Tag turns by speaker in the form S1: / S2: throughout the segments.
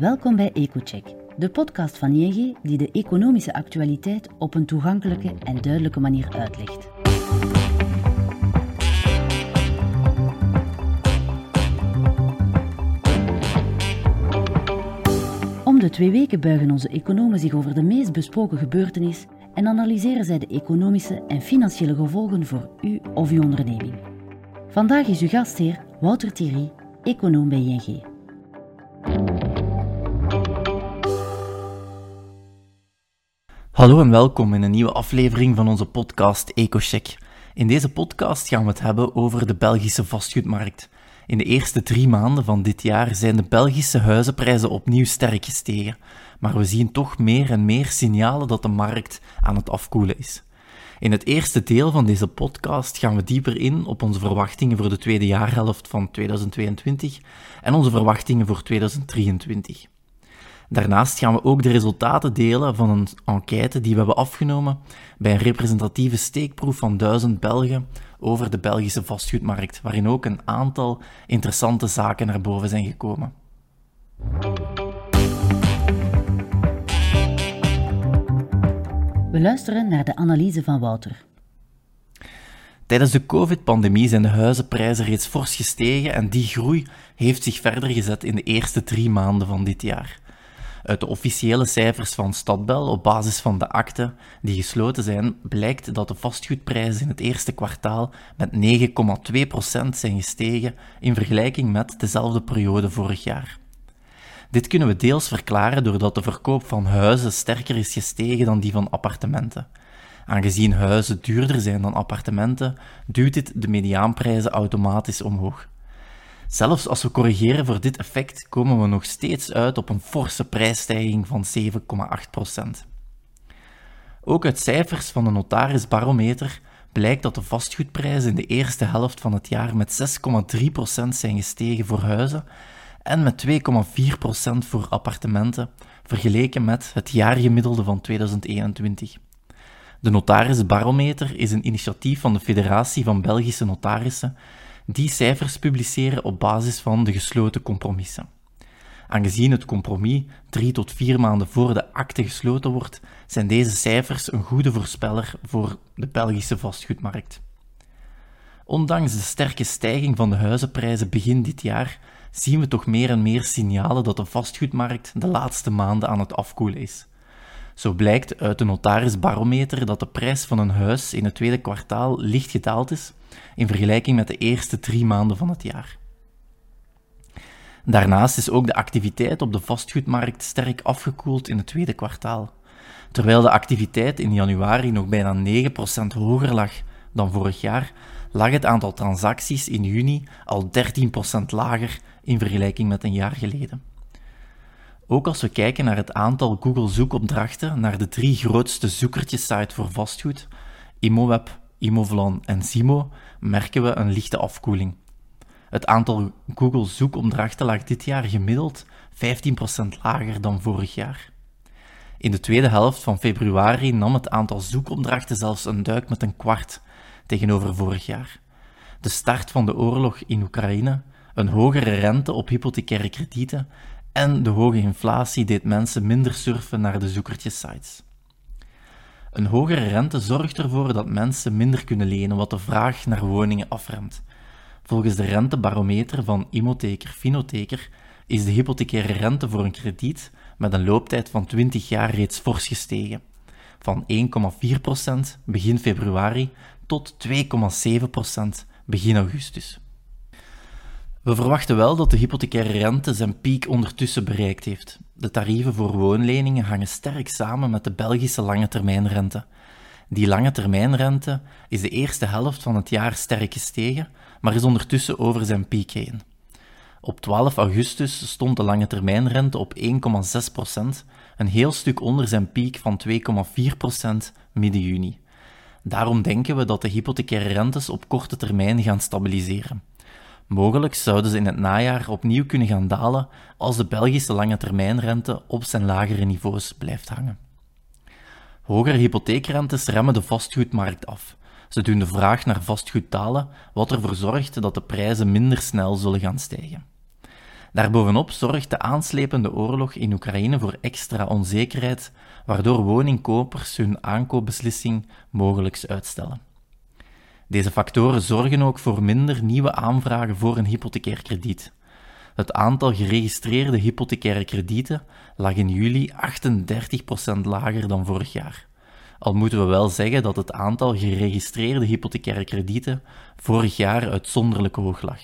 S1: Welkom bij EcoCheck, de podcast van ING die de economische actualiteit op een toegankelijke en duidelijke manier uitlegt. Om de 2 weken buigen onze economen zich over de meest besproken gebeurtenis en analyseren zij de economische en financiële gevolgen voor u of uw onderneming. Vandaag is uw gastheer Wouter Thierry, econoom bij ING.
S2: Hallo en welkom in een nieuwe aflevering van onze podcast EcoCheck. In deze podcast gaan we het hebben over de Belgische vastgoedmarkt. In de eerste 3 maanden van dit jaar zijn de Belgische huizenprijzen opnieuw sterk gestegen, maar we zien toch meer en meer signalen dat de markt aan het afkoelen is. In het eerste deel van deze podcast gaan we dieper in op onze verwachtingen voor de tweede jaarhelft van 2022 en onze verwachtingen voor 2023. Daarnaast gaan we ook de resultaten delen van een enquête die we hebben afgenomen bij een representatieve steekproef van 1000 Belgen over de Belgische vastgoedmarkt, waarin ook een aantal interessante zaken naar boven zijn gekomen.
S1: We luisteren naar de analyse van Wouter.
S2: Tijdens de COVID-pandemie zijn de huizenprijzen reeds fors gestegen en die groei heeft zich verder gezet in de eerste 3 maanden van dit jaar. Uit de officiële cijfers van Stadbel op basis van de akten die gesloten zijn, blijkt dat de vastgoedprijzen in het eerste kwartaal met 9,2% zijn gestegen in vergelijking met dezelfde periode vorig jaar. Dit kunnen we deels verklaren doordat de verkoop van huizen sterker is gestegen dan die van appartementen. Aangezien huizen duurder zijn dan appartementen, duwt dit de mediaanprijzen automatisch omhoog. Zelfs als we corrigeren voor dit effect, komen we nog steeds uit op een forse prijsstijging van 7,8%. Ook uit cijfers van de notarisbarometer blijkt dat de vastgoedprijzen in de eerste helft van het jaar met 6,3% zijn gestegen voor huizen en met 2,4% voor appartementen, vergeleken met het jaargemiddelde van 2021. De notarisbarometer is een initiatief van de Federatie van Belgische Notarissen die cijfers publiceren op basis van de gesloten compromissen. Aangezien het compromis 3 tot 4 maanden voor de akte gesloten wordt, zijn deze cijfers een goede voorspeller voor de Belgische vastgoedmarkt. Ondanks de sterke stijging van de huizenprijzen begin dit jaar, zien we toch meer en meer signalen dat de vastgoedmarkt de laatste maanden aan het afkoelen is. Zo blijkt uit de notarisbarometer dat de prijs van een huis in het tweede kwartaal licht gedaald is in vergelijking met de eerste 3 maanden van het jaar. Daarnaast is ook de activiteit op de vastgoedmarkt sterk afgekoeld in het tweede kwartaal. Terwijl de activiteit in januari nog bijna 9% hoger lag dan vorig jaar, lag het aantal transacties in juni al 13% lager in vergelijking met een jaar geleden. Ook als we kijken naar het aantal Google-zoekopdrachten naar de 3 grootste zoekertjessites voor vastgoed, Imoweb, Imovlan en Zimo, merken we een lichte afkoeling. Het aantal Google-zoekopdrachten lag dit jaar gemiddeld 15% lager dan vorig jaar. In de tweede helft van februari nam het aantal zoekopdrachten zelfs een duik met 1/4 tegenover vorig jaar. De start van de oorlog in Oekraïne, een hogere rente op hypothecaire kredieten en de hoge inflatie deed mensen minder surfen naar de zoekertjessites. Een hogere rente zorgt ervoor dat mensen minder kunnen lenen, wat de vraag naar woningen afremt. Volgens de rentebarometer van Imotheker-Finotheker is de hypothecaire rente voor een krediet met een looptijd van 20 jaar reeds fors gestegen, van 1,4% begin februari tot 2,7% begin augustus. We verwachten wel dat de hypothecaire rente zijn piek ondertussen bereikt heeft. De tarieven voor woonleningen hangen sterk samen met de Belgische langetermijnrente. Die langetermijnrente is de eerste helft van het jaar sterk gestegen, maar is ondertussen over zijn piek heen. Op 12 augustus stond de langetermijnrente op 1,6%, een heel stuk onder zijn piek van 2,4% midden juni. Daarom denken we dat de hypothecaire rentes op korte termijn gaan stabiliseren. Mogelijk zouden ze in het najaar opnieuw kunnen gaan dalen als de Belgische langetermijnrente op zijn lagere niveaus blijft hangen. Hogere hypotheekrentes remmen de vastgoedmarkt af. Ze doen de vraag naar vastgoed dalen, wat ervoor zorgt dat de prijzen minder snel zullen gaan stijgen. Daarbovenop zorgt de aanslepende oorlog in Oekraïne voor extra onzekerheid, waardoor woningkopers hun aankoopbeslissing mogelijk uitstellen. Deze factoren zorgen ook voor minder nieuwe aanvragen voor een hypothecair krediet. Het aantal geregistreerde hypothecaire kredieten lag in juli 38% lager dan vorig jaar. Al moeten we wel zeggen dat het aantal geregistreerde hypothecaire kredieten vorig jaar uitzonderlijk hoog lag.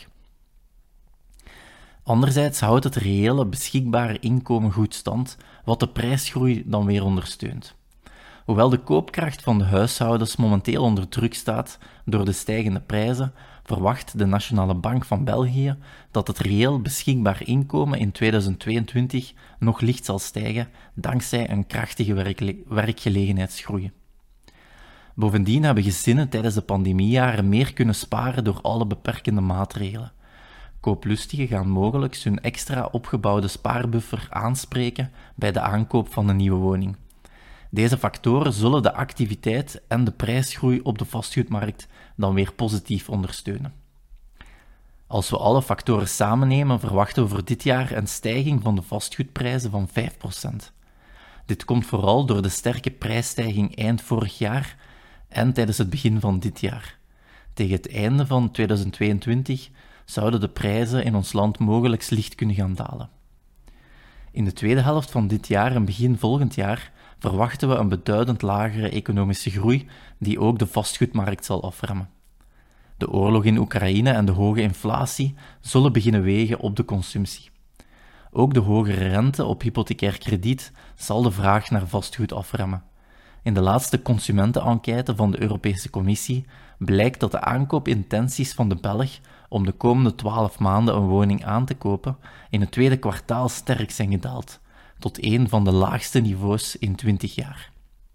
S2: Anderzijds houdt het reële beschikbare inkomen goed stand, wat de prijsgroei dan weer ondersteunt. Hoewel de koopkracht van de huishoudens momenteel onder druk staat door de stijgende prijzen, verwacht de Nationale Bank van België dat het reëel beschikbaar inkomen in 2022 nog licht zal stijgen dankzij een krachtige werkgelegenheidsgroei. Bovendien hebben gezinnen tijdens de pandemiejaren meer kunnen sparen door alle beperkende maatregelen. Kooplustigen gaan mogelijk hun extra opgebouwde spaarbuffer aanspreken bij de aankoop van een nieuwe woning. Deze factoren zullen de activiteit en de prijsgroei op de vastgoedmarkt dan weer positief ondersteunen. Als we alle factoren samennemen, verwachten we voor dit jaar een stijging van de vastgoedprijzen van 5%. Dit komt vooral door de sterke prijsstijging eind vorig jaar en tijdens het begin van dit jaar. Tegen het einde van 2022 zouden de prijzen in ons land mogelijk licht kunnen gaan dalen. In de tweede helft van dit jaar en begin volgend jaar verwachten we een beduidend lagere economische groei die ook de vastgoedmarkt zal afremmen. De oorlog in Oekraïne en de hoge inflatie zullen beginnen wegen op de consumptie. Ook de hogere rente op hypothecair krediet zal de vraag naar vastgoed afremmen. In de laatste consumentenenquête van de Europese Commissie blijkt dat de aankoopintenties van de Belg om de komende 12 maanden een woning aan te kopen in het tweede kwartaal sterk zijn gedaald, tot een van de laagste niveaus in 20 jaar.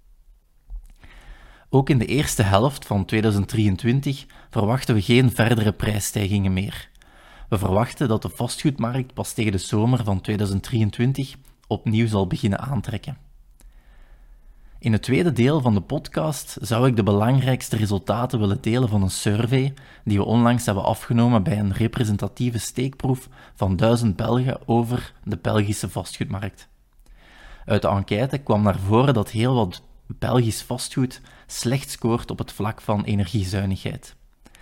S2: Ook in de eerste helft van 2023 verwachten we geen verdere prijsstijgingen meer. We verwachten dat de vastgoedmarkt pas tegen de zomer van 2023 opnieuw zal beginnen aantrekken. In het tweede deel van de podcast zou ik de belangrijkste resultaten willen delen van een survey die we onlangs hebben afgenomen bij een representatieve steekproef van 1000 Belgen over de Belgische vastgoedmarkt. Uit de enquête kwam naar voren dat heel wat Belgisch vastgoed slecht scoort op het vlak van energiezuinigheid.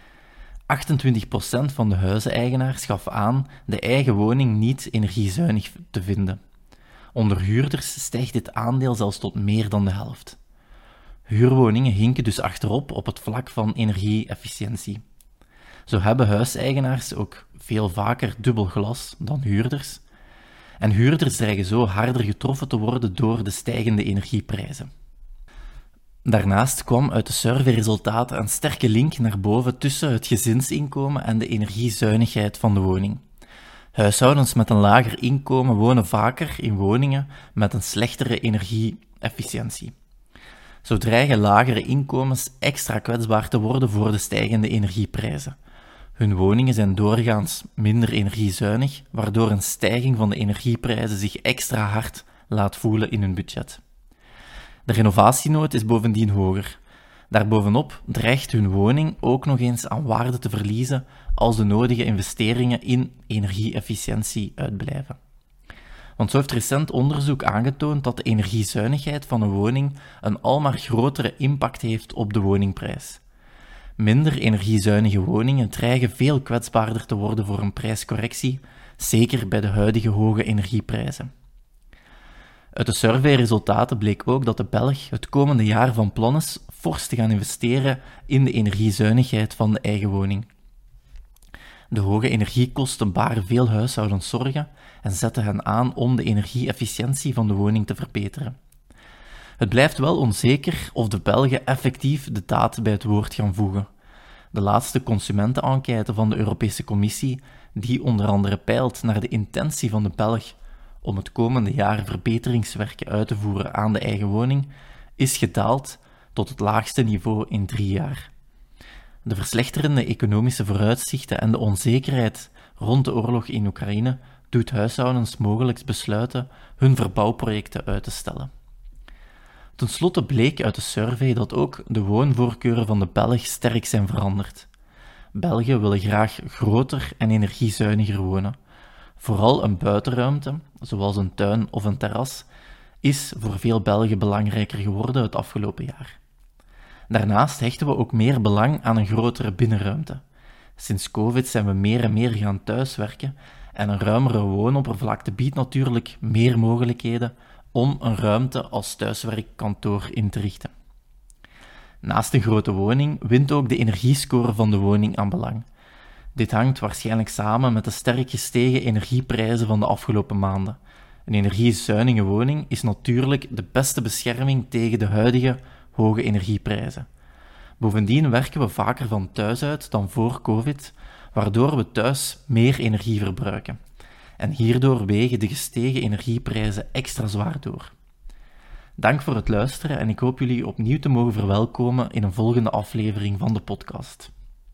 S2: 28% van de huizeneigenaars gaf aan de eigen woning niet energiezuinig te vinden. Onder huurders stijgt dit aandeel zelfs tot meer dan de helft. Huurwoningen hinken dus achterop op het vlak van energie-efficiëntie. Zo hebben huiseigenaars ook veel vaker dubbel glas dan huurders. En huurders dreigen zo harder getroffen te worden door de stijgende energieprijzen. Daarnaast kwam uit de surveyresultaten een sterke link naar boven tussen het gezinsinkomen en de energiezuinigheid van de woning. Huishoudens met een lager inkomen wonen vaker in woningen met een slechtere energie-efficiëntie. Zo dreigen lagere inkomens extra kwetsbaar te worden voor de stijgende energieprijzen. Hun woningen zijn doorgaans minder energiezuinig, waardoor een stijging van de energieprijzen zich extra hard laat voelen in hun budget. De renovatienood is bovendien hoger. Daarbovenop dreigt hun woning ook nog eens aan waarde te verliezen als de nodige investeringen in energie-efficiëntie uitblijven. Want zo heeft recent onderzoek aangetoond dat de energiezuinigheid van een woning een almaar grotere impact heeft op de woningprijs. Minder energiezuinige woningen dreigen veel kwetsbaarder te worden voor een prijscorrectie, zeker bij de huidige hoge energieprijzen. Uit de surveyresultaten bleek ook dat de Belg het komende jaar van plan is fors te gaan investeren in de energiezuinigheid van de eigen woning. De hoge energiekosten baren veel huishoudens zorgen en zetten hen aan om de energie-efficiëntie van de woning te verbeteren. Het blijft wel onzeker of de Belgen effectief de daad bij het woord gaan voegen. De laatste consumentenenquête van de Europese Commissie, die onder andere peilt naar de intentie van de Belg om het komende jaar verbeteringswerken uit te voeren aan de eigen woning, is gedaald tot het laagste niveau in 3 jaar. De verslechterende economische vooruitzichten en de onzekerheid rond de oorlog in Oekraïne doet huishoudens mogelijk besluiten hun verbouwprojecten uit te stellen. Ten slotte bleek uit de survey dat ook de woonvoorkeuren van de Belg sterk zijn veranderd. Belgen willen graag groter en energiezuiniger wonen. Vooral een buitenruimte, zoals een tuin of een terras, is voor veel Belgen belangrijker geworden het afgelopen jaar. Daarnaast hechten we ook meer belang aan een grotere binnenruimte. Sinds COVID zijn we meer en meer gaan thuiswerken en een ruimere woonoppervlakte biedt natuurlijk meer mogelijkheden om een ruimte als thuiswerkkantoor in te richten. Naast een grote woning wint ook de energiescore van de woning aan belang. Dit hangt waarschijnlijk samen met de sterk gestegen energieprijzen van de afgelopen maanden. Een energiezuinige woning is natuurlijk de beste bescherming tegen de huidige hoge energieprijzen. Bovendien werken we vaker van thuis uit dan voor COVID, waardoor we thuis meer energie verbruiken. En hierdoor wegen de gestegen energieprijzen extra zwaar door. Dank voor het luisteren en ik hoop jullie opnieuw te mogen verwelkomen in een volgende aflevering van de podcast.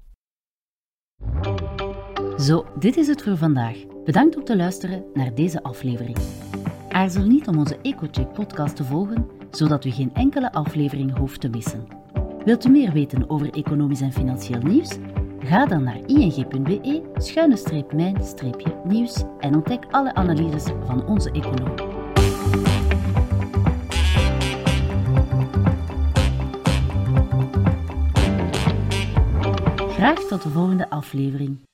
S1: Zo, dit is het voor vandaag. Bedankt om te luisteren naar deze aflevering. Aarzel niet om onze EcoCheck podcast te volgen, zodat u geen enkele aflevering hoeft te missen. Wilt u meer weten over economisch en financieel nieuws? Ga dan naar ing.be/mijn-nieuws en ontdek alle analyses van onze econoom. Graag tot de volgende aflevering.